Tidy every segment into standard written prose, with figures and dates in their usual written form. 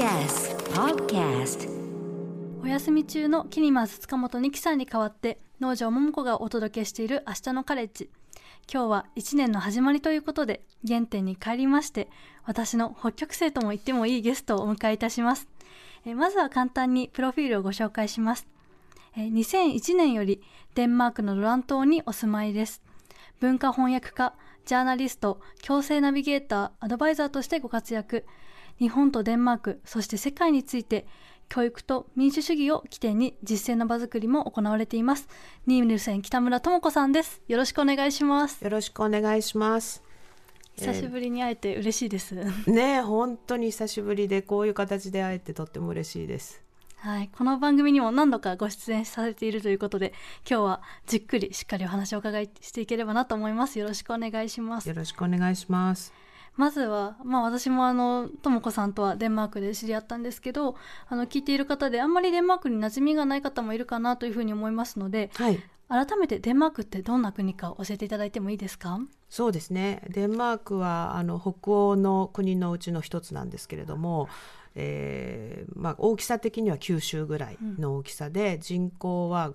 TBS Podcast。 お休み中のキニマス塚本二木さんに代わって農場桃子がお届けしている明日のカレッジ。今日は1年の始まりということで原点に帰りまして、私の北極星とも言ってもいいゲストをお迎えいたします。まずは簡単にプロフィールをご紹介します。2001年よりデンマークのロラン島にお住まいです。文化翻訳家、ジャーナリスト、共生ナビゲーター、アドバイザーとしてご活躍。日本とデンマーク、そして世界について教育と民主主義を起点に実践の場作りも行われています。ニールセン北村智子さんです。よろしくお願いします。 よろしくお願いします。 久しぶりに会えて嬉しいです。 ねえ、本当に久しぶりでこういう形で会えてとっても嬉しいです。 はい、この番組にも何度かご出演されているということで、今日はじっくりしっかりお話をお伺いしていければなと思います。よろしくお願いします。 よろしくお願いします。 まずは、私も智子さんとはデンマークで知り合ったんですけど、聞いている方であんまりデンマークに馴染みがない方もいるかなというふうに思いますので、 はい、 改めてデンマークってどんな国か教えていただいてもいいですか？ そうですね、デンマークは北欧の国のうちの一つなんですけれども、大きさ的には九州ぐらいの大きさで、人口は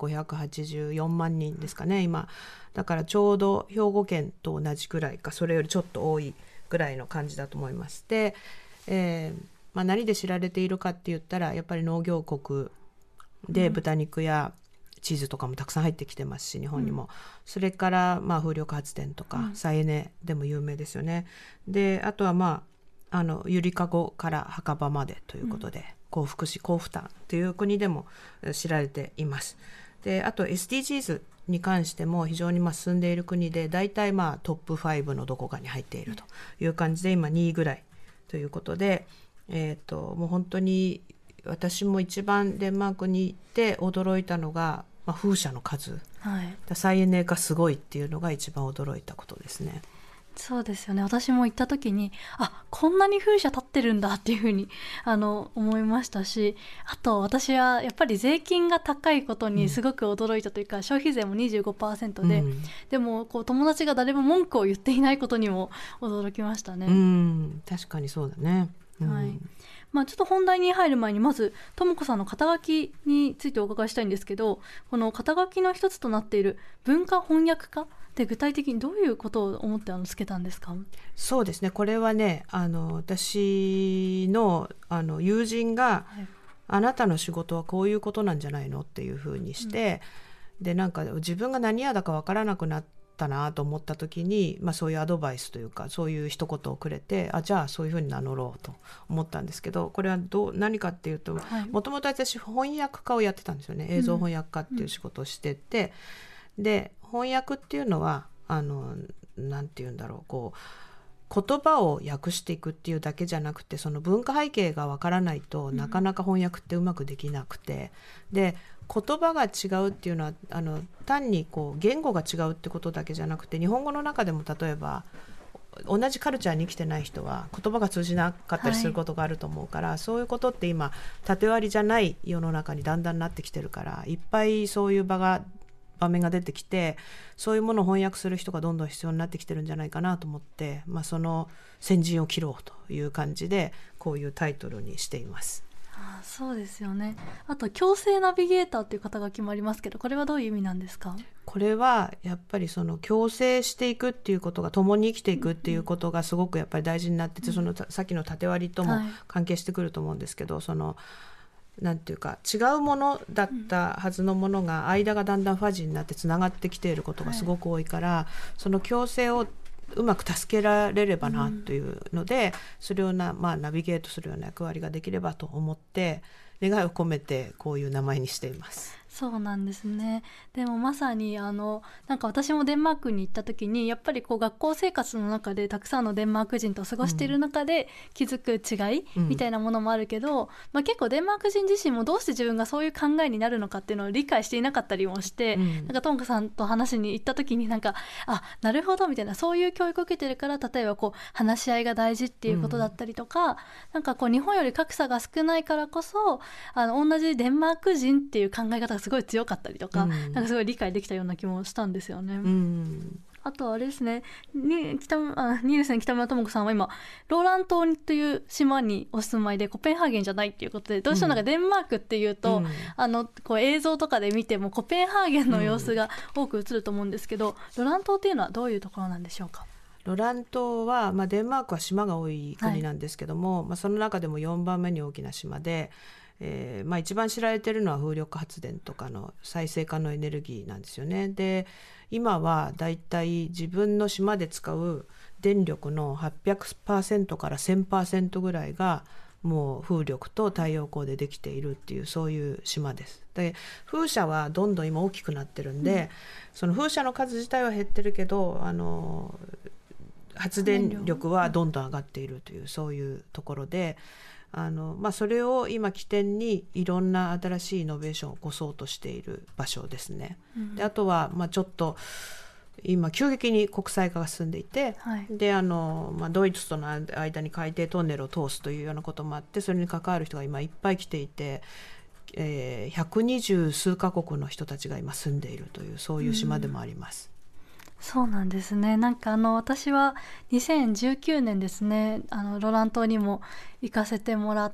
584万人ですかね今。だからちょうど兵庫県と同じくらいか、それよりちょっと多いぐらいの感じだと思います。で、何で知られているかって言ったら、やっぱり農業国で豚肉やチーズとかもたくさん入ってきてますし、日本にも、それから風力発電とか、再エネでも有名ですよね。で、あとはゆりかごから墓場までということで、幸福市幸福丹という国でも知られています。で、あと SDGs に関しても非常に進んでいる国で、だいたいトップ5のどこかに入っているという感じで、今2位ぐらいということで、もう本当に私も一番デンマークに行って驚いたのが、風車の数、再エネがすごいっていうのが一番驚いたことですね。 そうですよね。私も行った時にこんなに風車立ってるんだっていうふうに思いましたし、あと私はやっぱり税金が高いことにすごく驚いたというか、消費税も 25% で、でも友達が誰も文句を言っていないことにも驚きましたね。 確かにそうだね。 はい。ちょっと本題に入る前に、まず智子さんの肩書きについてお伺いしたいんですけど、この肩書きの一つとなっている文化翻訳家で具体的にどういうことを思ってつけたんですか？ そうですね、これはね、私の友人が、あなたの仕事はこういうことなんじゃないのっていうふうにして、でなんか自分が何やだか分からなくなったなと思った時に、そういうアドバイスというか、そういう一言をくれて、じゃあそういうふうに名乗ろうと思ったんですけど、これは何かっていうと、もともと私翻訳家をやってたんですよね。映像翻訳家っていう仕事をしてて、で翻訳っていうのはなんていうんだろう、言葉を訳していくっていうだけじゃなくて、その文化背景がわからないとなかなか翻訳ってうまくできなくて、で言葉が違うっていうのは単に言語が違うってことだけじゃなくて、日本語の中でも例えば同じカルチャーに生きてない人は言葉が通じなかったりすることがあると思うから、そういうことって今縦割りじゃない世の中にだんだんなってきてるから、いっぱいそういう場面が出てきて、そういうものを翻訳する人がどんどん必要になってきてるんじゃないかなと思って、その先陣を切ろうという感じでこういうタイトルにしています。 そうですよね。あと共生ナビゲーターという肩書きもありますけど、これはどういう意味なんですか？ これはやっぱりその共生していくっていうことが、共に生きていくっていうことがすごくやっぱり大事になってて、そのさっきの縦割りとも関係してくると思うんですけど、なんていうか、違うものだったはずのものが間がだんだんファジーになってつながってきていることがすごく多いから、その共生をうまく助けられればなというので、それをナビゲートするような役割ができればと思って、願いを込めてこういう名前にしています。 そうなんですね。でもまさになんか私もデンマークに行った時に、やっぱり学校生活の中でたくさんのデンマーク人と過ごしている中で気づく違いみたいなものもあるけど、結構デンマーク人自身もどうして自分がそういう考えになるのかっていうのを理解していなかったりもして、なんかトンカさんと話に行った時になるほどみたいな、そういう教育を受けてるから、例えば話し合いが大事っていうことだったりとか、なんか日本より格差が少ないからこそ同じデンマーク人っていう考え方がすごい強かったりとか、なんかすごい理解できたような気もしたんですよね。 あとはあれですね、ニールセン北村智子さんは今ローラン島という島にお住まいでコペンハーゲンじゃないっていうことで、どうしてもなんかデンマークっていうと、こう映像とかで見てもコペンハーゲンの様子が多く映ると思うんですけど、ロラン島っていうのはどういうところなんでしょうか？ ロラン島は、デンマークは島が多い国なんですけども、その中でも4番目に大きな島で、一番知られているのは風力発電とかの再生可能エネルギーなんですよね。で、今はだいたい自分の島で使う電力の 800% から 1000% ぐらいがもう風力と太陽光でできているっていう、そういう島です。で、風車はどんどん今大きくなってるんで、その風車の数自体は減ってるけど、発電力はどんどん上がっているという、そういうところで、それを今起点にいろんな新しいイノベーションを起こそうとしている場所ですね。で、あとはちょっと今急激に国際化が進んでいて、でドイツとの間に海底トンネルを通すというようなこともあって、それに関わる人が今いっぱい来ていて、120数カ国の人たちが今住んでいるという、そういう島でもあります。 そうなんですね。なんか私は2019年ですね、ロラン島にも行かせてもらって、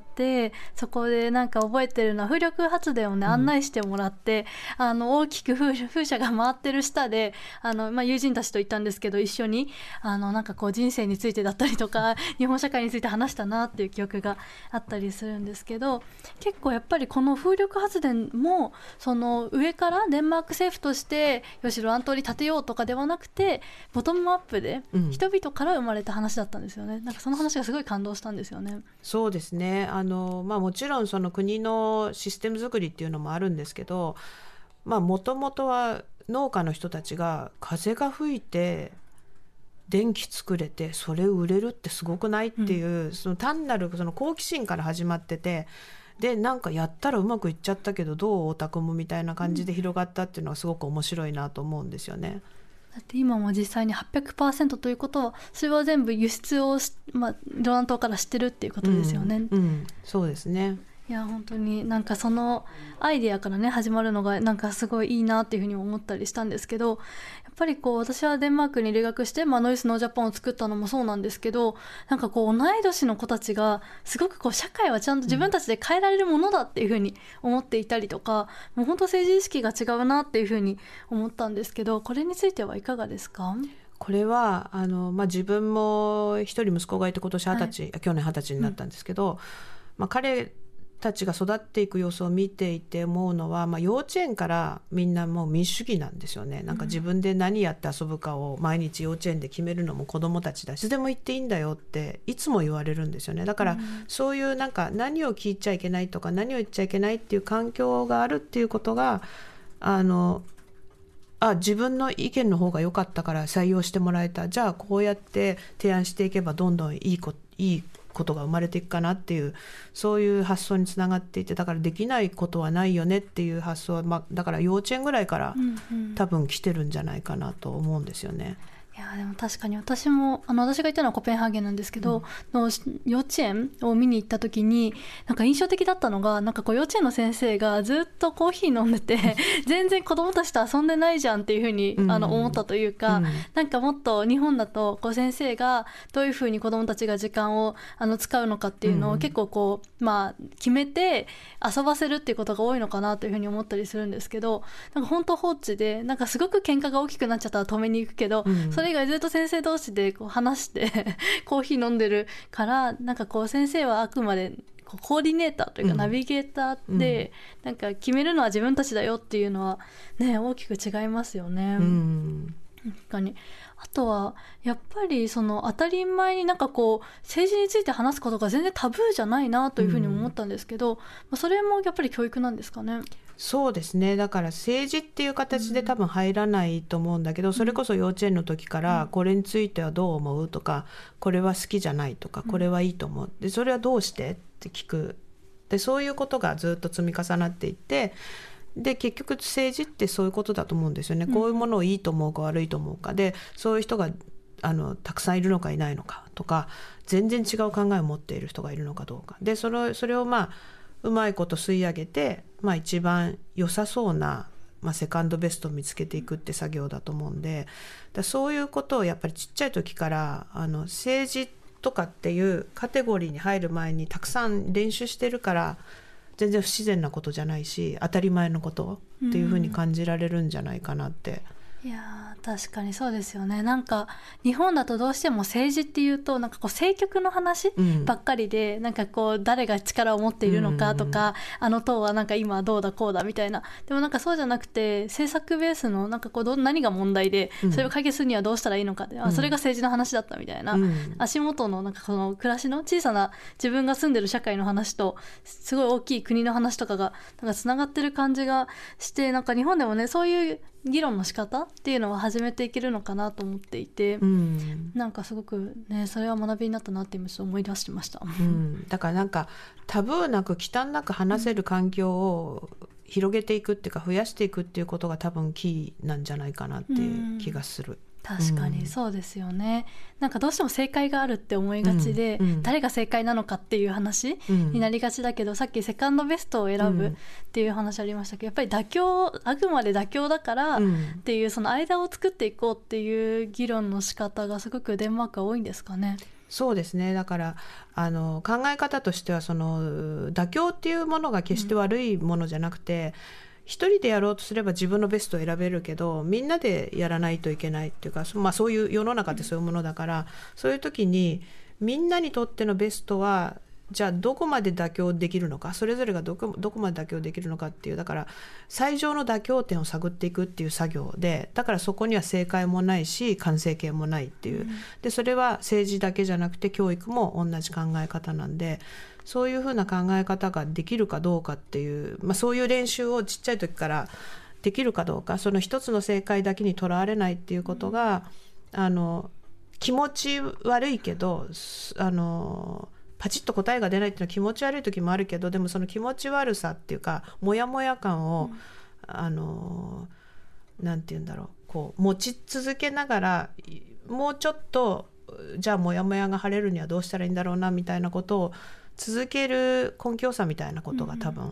そこでなんか覚えてるのは風力発電をね、案内してもらって、大きく風車が回ってる下で友人たちと行ったんですけど、一緒になんかこう人生についてだったりとか日本社会について話したなっていう記憶があったりするんですけど、結構やっぱりこの風力発電もその上からデンマーク政府としてよしロラン島に建てようとかではなくて、ボトムアップで人々から生まれた話だったんですよね。なんかその話がすごい感動したんですよね。 そうですね。もちろんその国のシステム作りっていうのもあるんですけど、もともとは農家の人たちが風が吹いて電気作れてそれ売れるってすごくないっていう、その単なるその好奇心から始まってて、でなんかやったらうまくいっちゃったけどどうオタクもみたいな感じで広がったっていうのはすごく面白いなと思うんですよね。 だって今も実際に 800% ということは、それは全部輸出をロラン島からしてるっていうことですよね。 そうですね。 いや本当になんかそのアイデアからね始まるのがなんかすごいいいなっていうふうに思ったりしたんですけど、やっぱりこう私はデンマークに留学して、ノイスノージャパンを作ったのもそうなんですけど、なんかこう同い年の子たちがすごくこう社会はちゃんと自分たちで変えられるものだっていうふうに思っていたりとか、もう本当政治意識が違うなっていうふうに思ったんですけど、これについてはいかがですか？ これは自分も一人息子がいて今年去年20歳になったんですけど、彼たちが育っていく様子を見ていて思うのは、幼稚園からみんなもう民主主義なんですよね。なんか自分で何やって遊ぶかを毎日幼稚園で決めるのも子どもたちだし、いつでも言っていいんだよっていつも言われるんですよね。だからそういうなんか何を聞いちゃいけないとか何を言っちゃいけないっていう環境があるっていうことが自分の意見の方が良かったから採用してもらえた、じゃあこうやって提案していけばどんどんいいことが生まれていくかなっていう、そういう発想につながっていて、だからできないことはないよねっていう発想は、だから幼稚園ぐらいから多分来てるんじゃないかなと思うんですよね。 いやでも確かに私も私が行ったのはコペンハーゲンなんですけど、の幼稚園を見に行った時になんか印象的だったのが、なんかこう幼稚園の先生がずっとコーヒー飲んでて全然子どもたちと遊んでないじゃんっていうふうに思ったというか、なんかもっと日本だとこう先生がどういうふうに子どもたちが時間を使うのかっていうのを結構こう、決めて遊ばせるっていうことが多いのかなというふうに思ったりするんですけど、なんか本当放置でなんかすごく喧嘩が大きくなっちゃったら止めに行くけど、それ以外ずっと先生同士でこう話してコーヒー飲んでるから、なんかこう先生はあくまでコーディネーターというかナビゲーターで、なんか決めるのは自分たちだよっていうのはね、大きく違いますよね。確かに。あとはやっぱりその当たり前になんかこう政治について話すことが全然タブーじゃないなというふうに思ったんですけど、それもやっぱり教育なんですかね。 そうですね。だから政治っていう形で多分入らないと思うんだけど、それこそ幼稚園の時からこれについてはどう思うとか、これは好きじゃないとか、これはいいと思う、でそれはどうしてって聞く、でそういうことがずっと積み重なっていって、で結局政治ってそういうことだと思うんですよね。こういうものをいいと思うか悪いと思うかで、そういう人がたくさんいるのかいないのかとか、全然違う考えを持っている人がいるのかどうかで、それをうまいこと吸い上げて、一番良さそうな、 セカンドベストを見つけていくって作業だと思うんで、そういうことをやっぱりちっちゃい時から政治とかっていうカテゴリーに入る前にたくさん練習してるから全然不自然なことじゃないし当たり前のことっていうふうに感じられるんじゃないかなって、 いや確かにそうですよね。なんか日本だとどうしても政治っていうとなんかこう政局の話ばっかりで、なんかこう誰が力を持っているのかとか、あの党はなんか今どうだこうだみたいな。でもなんかそうじゃなくて政策ベースのなんかこう何が問題でそれを解決するにはどうしたらいいのかで、それが政治の話だったみたいな、足元のなんかこの暮らしの小さな自分が住んでる社会の話とすごい大きい国の話とかがなんかつながってる感じがして、なんか日本でもねそういう議論の仕方っていうのは始めていけるのかなと思っていて、なんかすごくねそれは学びになったなって今ちょっと思い出してました、 だからなんかタブーなく忌憚なく話せる環境を広げていくっていうか増やしていくっていうことが多分キーなんじゃないかなっていう気がする。 確かにそうですよね、なんかどうしても正解があるって思いがちで、誰が正解なのかっていう話になりがちだけど、さっきセカンドベストを選ぶっていう話ありましたけど、やっぱり妥協、あくまで妥協だからっていうその間を作っていこうっていう議論の仕方がすごくデンマークは多いんですかね。 そうですね。だから考え方としてはその妥協っていうものが決して悪いものじゃなくて、一人でやろうとすれば自分のベストを選べるけどみんなでやらないといけないっていうか、そういう世の中ってそういうものだから、そういう時にみんなにとってのベストはじゃあどこまで妥協できるのか、それぞれがどこまで妥協できるのかっていう、だから最上の妥協点を探っていくっていう作業で、だからそこには正解もないし完成形もないっていう、でそれは政治だけじゃなくて教育も同じ考え方なんで、そういうふうな考え方ができるかどうかっていう、そういう練習をちっちゃい時からできるかどうか、その一つの正解だけにとらわれないっていうことが気持ち悪いけどパチッと答えが出ないっていうのは気持ち悪い時もあるけど、でもその気持ち悪さっていうかモヤモヤ感を、なんていうんだろう、こう持ち続けながらもうちょっとじゃあモヤモヤが晴れるにはどうしたらいいんだろうなみたいなことを続ける根拠さみたいなことが多分、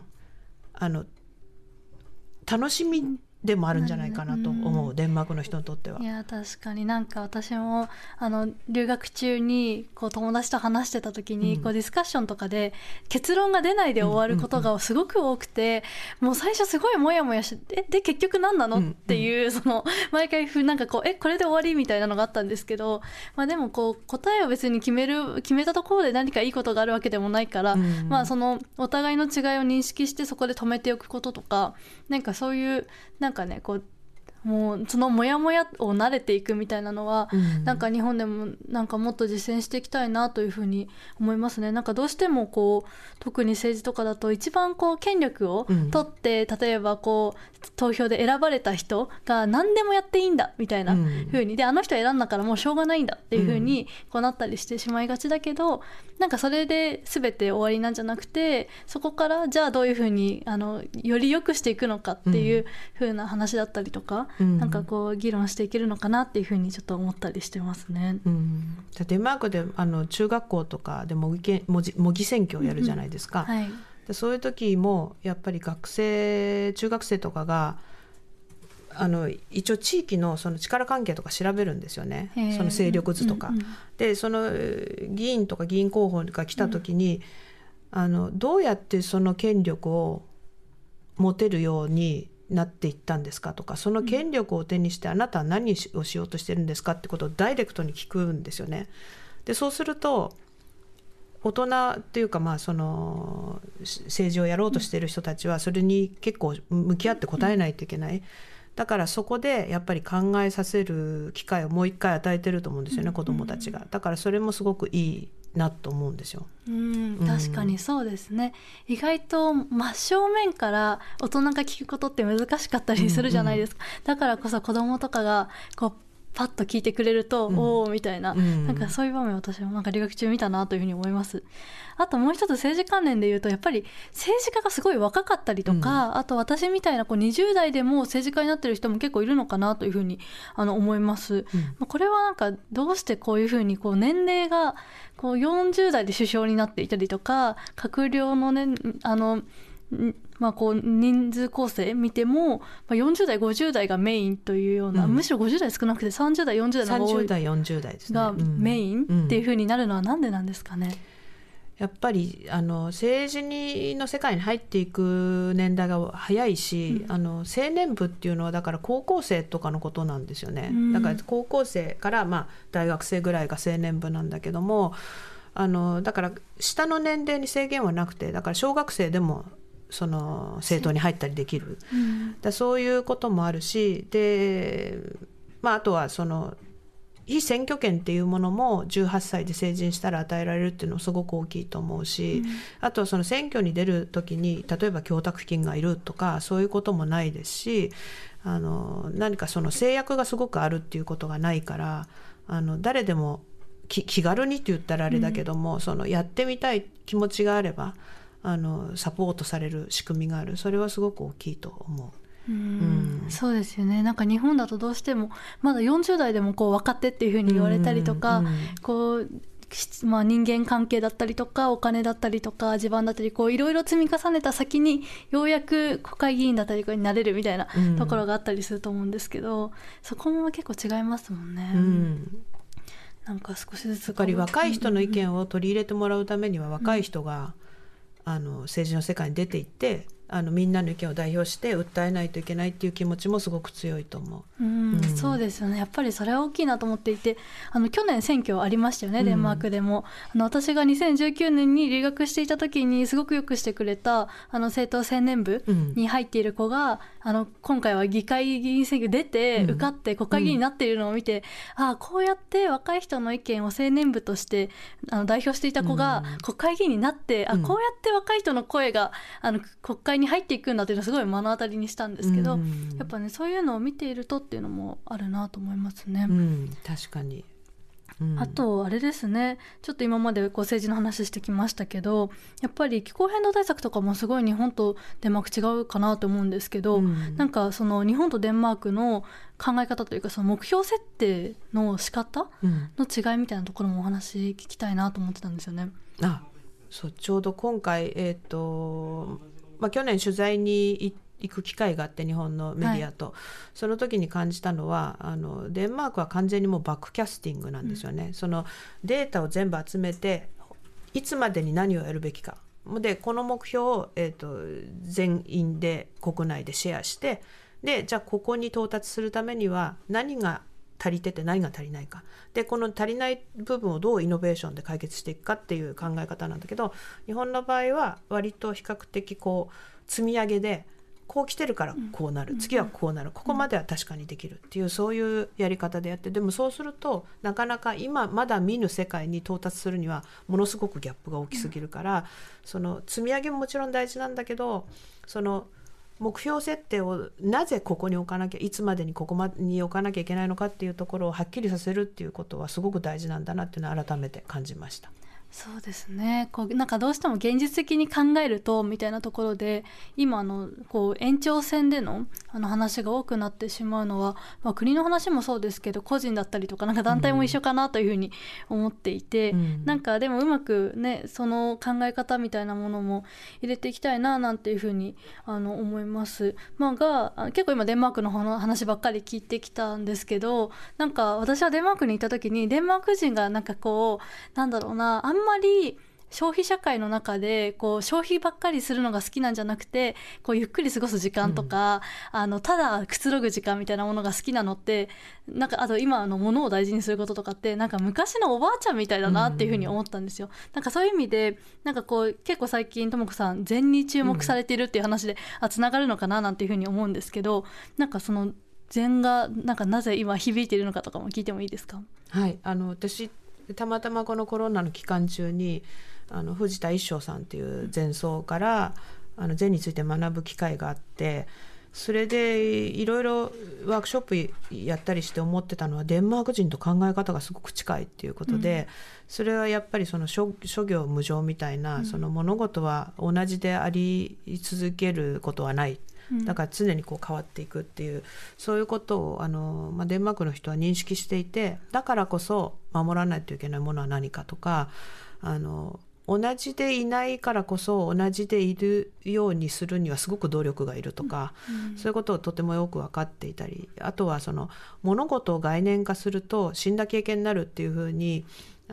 楽しみでもあるんじゃないかなと思う、デンマークの人にとっては。 いや確かになんか私も留学中にこう友達と話してた時に、こうディスカッションとかで結論が出ないで終わることがすごく多くて、もう最初すごいモヤモヤしてで結局何なのっていう、その毎回なんかこうこれで終わりみたいなのがあったんですけど、でもこう答えを別に決めたところで何かいいことがあるわけでもないから、そのお互いの違いを認識してそこで止めておくこととか、なんかそういうなんかねこうもうそのモヤモヤを慣れていくみたいなのは、なんか日本でもなんかもっと実践していきたいなというふうに思いますね。なんかどうしてもこう特に政治とかだと一番こう権力を取って、例えばこう投票で選ばれた人が何でもやっていいんだみたいな風に、であの人選んだからもうしょうがないんだっていう風にこうなったりしてしまいがちだけど、なんかそれで全て終わりなんじゃなくて、そこからじゃあどういう風により良くしていくのかっていう風な話だったりとか、なんかこう議論していけるのかなっていう風にちょっと思ったりしてますね。 デンマークで中学校とかで模擬選挙をやるじゃないですか、でそういう時もやっぱり中学生とかが一応地域のその力関係とか調べるんですよね、その勢力図とか、でその議員とか議員候補が来た時に、どうやってその権力を持てるようになっていったんですかとか、その権力を手にしてあなたは何をしようとしてるんですかってことをダイレクトに聞くんですよね。でそうすると大人っていうか、その政治をやろうとしている人たちはそれに結構向き合って答えないといけない。だからそこでやっぱり考えさせる機会をもう一回与えてると思うんですよね、子どもたちが。だからそれもすごくいいなと思うんですよ。 確かにそうですね。意外と真正面から大人が聞くことって難しかったりするじゃないですか、だからこそ子どもとかがこうパッと聞いてくれると、おーみたいな、なんかそういう場面私もなんか留学中見たなというふうに思います。あともう一つ政治関連で言うと、やっぱり政治家がすごい若かったりとか、あと私みたいなこう20代でも政治家になってる人も結構いるのかなというふうに思います、これはなんかどうしてこういうふうにこう年齢がこう40代で首相になっていたりとか、閣僚のねこう人数構成見ても、40代50代がメインというような、むしろ50代少なくて30代40代の方が多い 30代40代ですねがメインっていう風になるのはなんでなんですかね。 やっぱり政治の世界に入っていく年代が早いし、青年部っていうのはだから高校生とかのことなんですよね。だから高校生から大学生ぐらいが青年部なんだけども、だから下の年齢に制限はなくて、だから小学生でもその政党に入ったりできる、だそういうこともあるし、で、あとはその非選挙権っていうものも18歳で成人したら与えられるっていうのもすごく大きいと思うし、あとはその選挙に出る時に例えば供託金がいるとかそういうこともないですし、何かその制約がすごくあるっていうことがないから、誰でも気軽にって言ったらあれだけども、そのやってみたい気持ちがあればサポートされる仕組みがある。それはすごく大きいと思う。 そうですよね。なんか日本だとどうしてもまだ40代でもこう若手っていう風に言われたりとか、こう人間関係だったりとかお金だったりとか地盤だったり、こういろいろ積み重ねた先にようやく国会議員だったりとかになれるみたいなところがあったりすると思うんですけど、そこも結構違いますもんね。なんか少しずつやっぱり若い人の意見を取り入れてもらうためには若い人が政治の世界に出ていってみんなの意見を代表して訴えないといけないっていう気持ちもすごく強いと思う。 そうですよね。やっぱりそれは大きいなと思っていて、去年選挙ありましたよね、デンマークでも。私が2019年に留学していた時にすごくよくしてくれた政党青年部に入っている子が、今回は議会議員選挙出て受かって国会議員になっているのを見て、こうやって若い人の意見を青年部として代表していた子が国会議員になって、こうやって若い人の声が国会に入っていくんだっていうのをすごい目の当たりにしたんですけど、やっぱねそういうのを見ているとっていうのもあるなと思いますね。 確かに。 あとあれですね、ちょっと今まで政治の話してきましたけど、やっぱり気候変動対策とかもすごい日本とデンマーク違うかなと思うんですけど、なんかその日本とデンマークの考え方というか、その目標設定の仕方の違いみたいなところもお話聞きたいなと思ってたんですよね。 そう、ちょうど今回去年取材に行く機会があって、日本のメディアと、その時に感じたのはデンマークは完全にもうバックキャスティングなんですよね。そのデータを全部集めていつまでに何をやるべきかで、この目標を、全員で国内でシェアして、でじゃあここに到達するためには何が足りてて何が足りないかで、この足りない部分をどうイノベーションで解決していくかっていう考え方なんだけど、日本の場合は割と比較的こう積み上げで、こう来てるからこうなる、次はこうなる、ここまでは確かにできるっていう、そういうやり方でやって、でもそうするとなかなか今まだ見ぬ世界に到達するにはものすごくギャップが大きすぎるから、その積み上げももちろん大事なんだけど、その目標設定をなぜここに置かなきゃ、いつまでにここに置かなきゃいけないのかっていうところをはっきりさせるっていうことはすごく大事なんだなっていうのを改めて感じました。 そうですね。なんかどうしても現実的に考えるとみたいなところで、今延長線での話が多くなってしまうのは、国の話もそうですけど個人だったりとか、なんか団体も一緒かなというふうに思っていて、なんかでもうまくねその考え方みたいなものも入れていきたいななんていうふうに思います。結構今デンマークの話ばっかり聞いてきたんですけど、なんか私はデンマークに行った時にデンマーク人がなんかなんだろうな、あんまり消費社会の中で消費ばっかりするのが好きなんじゃなくて、ゆっくり過ごす時間とか、ただくつろぐ時間みたいなものが好きなのって、なんかあと今物を大事にすることとかって、なんか昔のおばあちゃんみたいだなっていうふうに思ったんですよ。なんかそういう意味でなんか結構最近ともこさん禅に注目されているっていう話でつながるのかななんていうふうに思うんですけど、なんかその禅がなんかなぜ今響いているのかとかも聞いてもいいですか？ はい、私たまたまこのコロナの期間中に藤田一生さんっていう禅僧から禅について学ぶ機会があって、それでいろいろワークショップやったりして思ってたのは、デンマーク人と考え方がすごく近いっていうことで、それはやっぱりその諸行無常みたいな、その物事は同じであり続けることはない、だから常に変わっていくっていう、そういうことをデンマークの人は認識していて、だからこそ守らないといけないものは何かとか、 同じでいないからこそ同じでいるようにするにはすごく努力がいるとか、そういうことをとてもよく分かっていたり、あとはその物事を概念化すると死んだ経験になるっていうふうに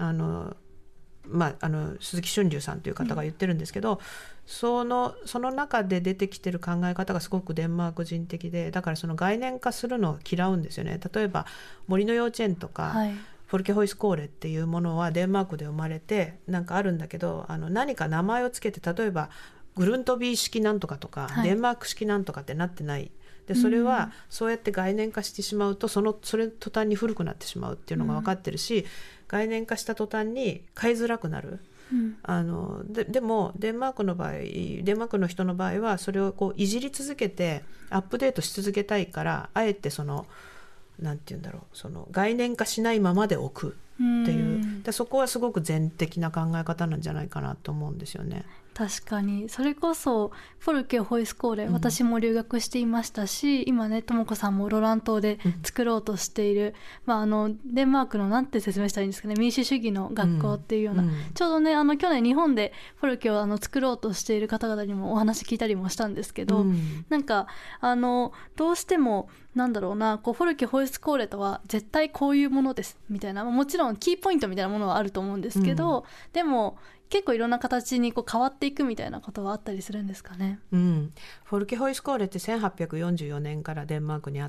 鈴木俊龍さんという方が言ってるんですけど、その中で出てきてる考え方がすごくデンマーク人的で、だからその概念化するのを嫌うんですよね。例えば森の幼稚園とか、フォルケホイスコーレっていうものはデンマークで生まれてなんかあるんだけど、何か名前をつけて、例えばグルントビー式なんとかとか、デンマーク式なんとかってなってない。でそれはそうやって概念化してしまうとそれ途端に古くなってしまうっていうのが分かってるし、概念化した途端に買いづらくなる。でもデンマークの人の場合はそれをこういじり続けてアップデートし続けたいから、あえてなんていうんだろう、その概念化しないままで置くっていう、でそこはすごく禅的な考え方なんじゃないかなと思うんですよね。 確かにそれこそフォルケホイスコーレ、私も留学していましたし、今ねともこさんもロラン島で作ろうとしている、デンマークのなんて説明したらいいんですかね、民主主義の学校っていうような、ちょうどね去年日本でフォルケを作ろうとしている方々にもお話聞いたりもしたんですけど、なんかどうしてもなんだろうな、フォルケホイスコーレとは絶対こういうものですみたいな、もちろんキーポイントみたいなものはあると思うんですけど、でも結構いろんな形に変わっていくみたいなことはあったりするんですかね。 フォルケホイスコーレって1844年からデンマークにあって、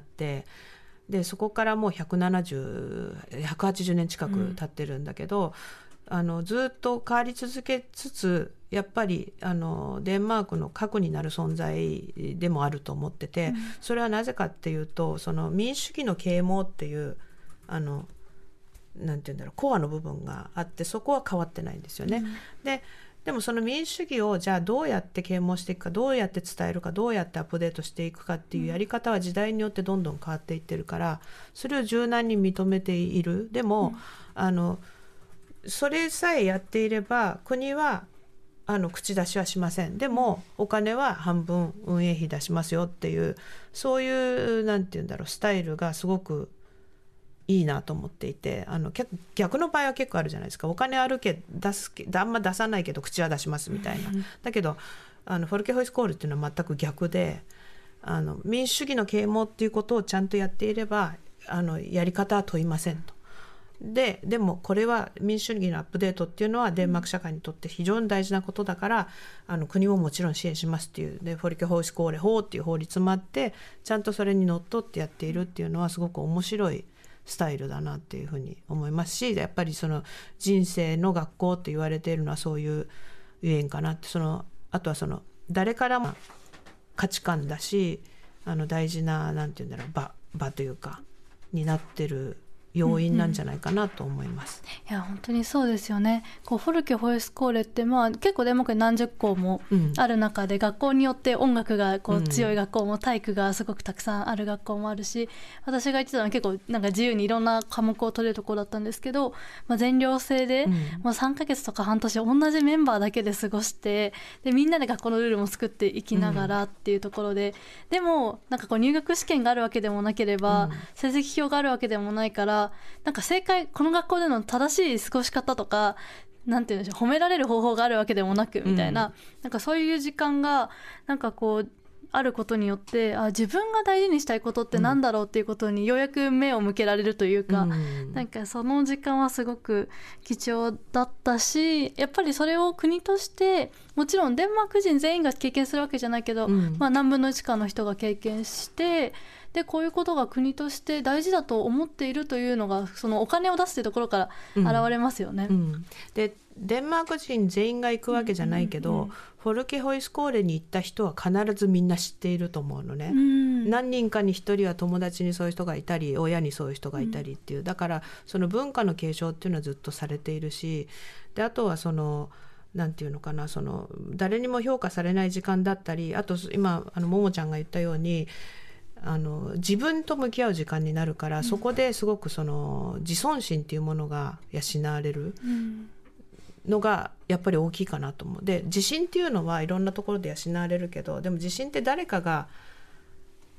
でそこからもう180年近く経ってるんだけど、ずっと変わり続けつつやっぱりデンマークの核になる存在でもあると思ってて、それはなぜかっていうと、その民主主義の啓蒙っていうなんていうんだろう、コアの部分があって、そこは変わってないんですよね。でもその民主主義をじゃあどうやって啓蒙していくか、どうやって伝えるか、どうやってアップデートしていくかっていうやり方は時代によってどんどん変わっていってるから、それを柔軟に認めている。でも、それさえやっていれば国は口出しはしません。でもお金は半分運営費出しますよっていう、そういうなんていうんだろう、スタイルがすごくいいなと思っていて、逆の場合は結構あるじゃないですか。お金あるけどあんま出さないけど口は出しますみたいな。だけどフォルケホイスコールっていうのは全く逆で、民主主義の啓蒙っていうことをちゃんとやっていればやり方は問いませんと。でもこれは民主主義のアップデートっていうのはデンマーク社会にとって非常に大事なことだから、国ももちろん支援しますっていうで、フォルケホイスコーレ法っていう法律もあって、ちゃんとそれにのっとってやっているっていうのはすごく面白いスタイルだなっていうふうに思いますし、やっぱりその人生の学校って言われているのはそういうゆえんかなって。あとは誰からも価値観だし、大事ななんていうんだろう、場というかになってる要因なんじゃないかなと思います。 いや本当にそうですよね。フォルケホイスコーレって結構デンマークに何十校もある中で、学校によって音楽が強い学校も体育がすごくたくさんある学校もあるし、私が行ってたのは結構なんか自由にいろんな科目を取れるところだったんですけど、全寮制でもう3ヶ月とか半年同じメンバーだけで過ごして、でみんなで学校のルールも作っていきながらっていうところで、でもなんか入学試験があるわけでもなければ、成績表があるわけでもないから、なんかこの学校での正しい過ごし方とか、なんていうんでしょう、褒められる方法があるわけでもなくみたいな、なんかそういう時間がなんかあることによって、自分が大事にしたいことってなんだろうっていうことにようやく目を向けられるというか、なんかその時間はすごく貴重だったし、やっぱりそれを国として、もちろんデンマーク人全員が経験するわけじゃないけど、何分の1かの人が経験して、でこういうことが国として大事だと思っているというのが、そのお金を出すというところから現れますよね。 でデンマーク人全員が行くわけじゃないけど、フォルケホイスコーレに行った人は必ずみんな知っていると思うのね。何人かに一人は友達にそういう人がいたり、親にそういう人がいたりっていう、だからその文化の継承っていうのはずっとされているし、であとはなんていうのかな、誰にも評価されない時間だったり、あと今ももちゃんが言ったように自分と向き合う時間になるから、そこですごく自尊心っていうものが養われるのがやっぱり大きいかなと思う。で自信っていうのはいろんなところで養われるけど、でも自信って誰かが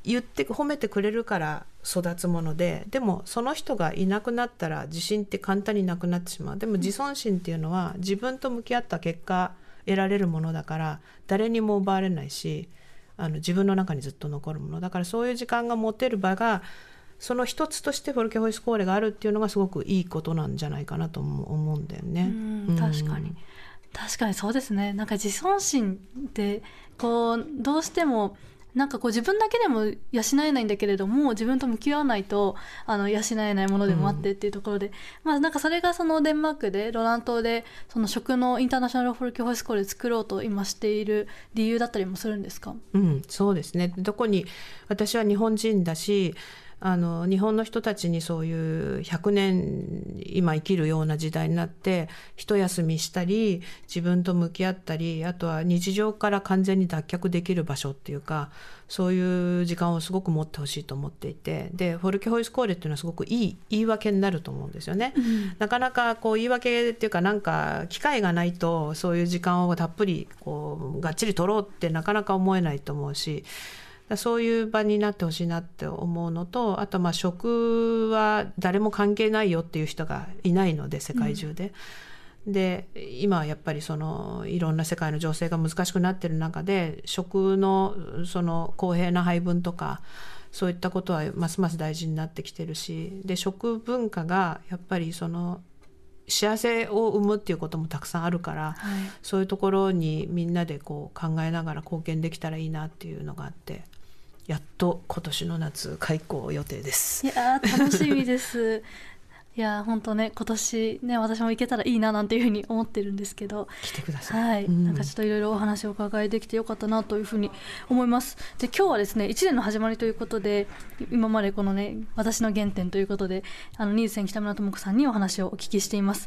言って褒めてくれるから育つもので、でもその人がいなくなったら自信って簡単になくなってしまう。でも自尊心っていうのは自分と向き合った結果得られるものだから、誰にも奪われないし、自分の中にずっと残るものだから、そういう時間が持てる場がその一つとしてフォルケホイスコーレがあるっていうのがすごくいいことなんじゃないかなと思うんだよね。 確かにそうですね。なんか自尊心ってこうどうしてもなんかこう自分だけでも養えないんだけれども、自分と向き合わないと養えないものでもあってっていうところで、まあなんかそれがそのデンマークでロラン島でその食のインターナショナルフォルケホイスコーレ作ろうと今している理由だったりもするんですか？ そうですね。どこに、私は日本人だし、日本の人たちにそういう100年今生きるような時代になって一休みしたり自分と向き合ったり、あとは日常から完全に脱却できる場所っていうか、そういう時間をすごく持ってほしいと思っていて、でフォルケホイスコーレっていうのはすごくいい言い訳になると思うんですよね。なかなかこう言い訳っていうか、なんか機会がないとそういう時間をたっぷりこうがっちり取ろうってなかなか思えないと思うし、そういう場になってほしいなって思うのと、あとまあ食は誰も関係ないよっていう人がいないので世界中で、で今はやっぱりそのいろんな世界の情勢が難しくなっている中で、食のその公平な配分とかそういったことはますます大事になってきてるし、で食文化がやっぱりその幸せを生むっていうこともたくさんあるから、そういうところにみんなでこう考えながら貢献できたらいいなっていうのがあって、やっと今年の夏開校予定です。 いや楽しみですいや本当ね、今年ね私も行けたらいいななんていうふうに思ってるんですけど、 来てください。 なんかちょっといろいろお話をお伺いできてよかったなというふうに思います。で今日はですね1年の始まりということで、今までこのね私の原点ということでニーズセン北村智子さんにお話をお聞きしています。